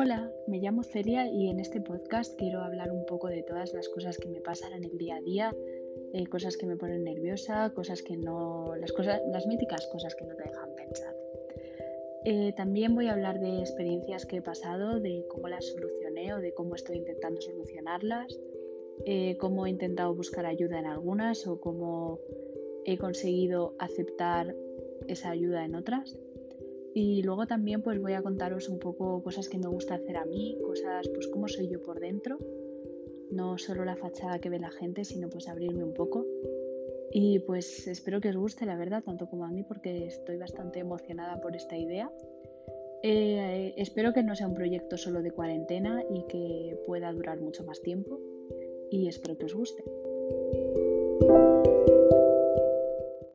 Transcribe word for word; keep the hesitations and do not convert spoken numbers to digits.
Hola, me llamo Celia y en este podcast quiero hablar un poco de todas las cosas que me pasan en el día a día, eh, cosas que me ponen nerviosa, cosas que no, las cosas, las míticas cosas que no te dejan pensar. Eh, también voy a hablar de experiencias que he pasado, de cómo las solucioné o de cómo estoy intentando solucionarlas, eh, cómo he intentado buscar ayuda en algunas o cómo he conseguido aceptar esa ayuda en otras. Y luego también pues voy a contaros un poco cosas que me gusta hacer a mí, cosas pues cómo soy yo por dentro, no solo la fachada que ve la gente, sino pues abrirme un poco. Y pues espero que os guste, la verdad, tanto como a mí, porque estoy bastante emocionada por esta idea. Eh, espero que no sea un proyecto solo de cuarentena y que pueda durar mucho más tiempo y espero que os guste.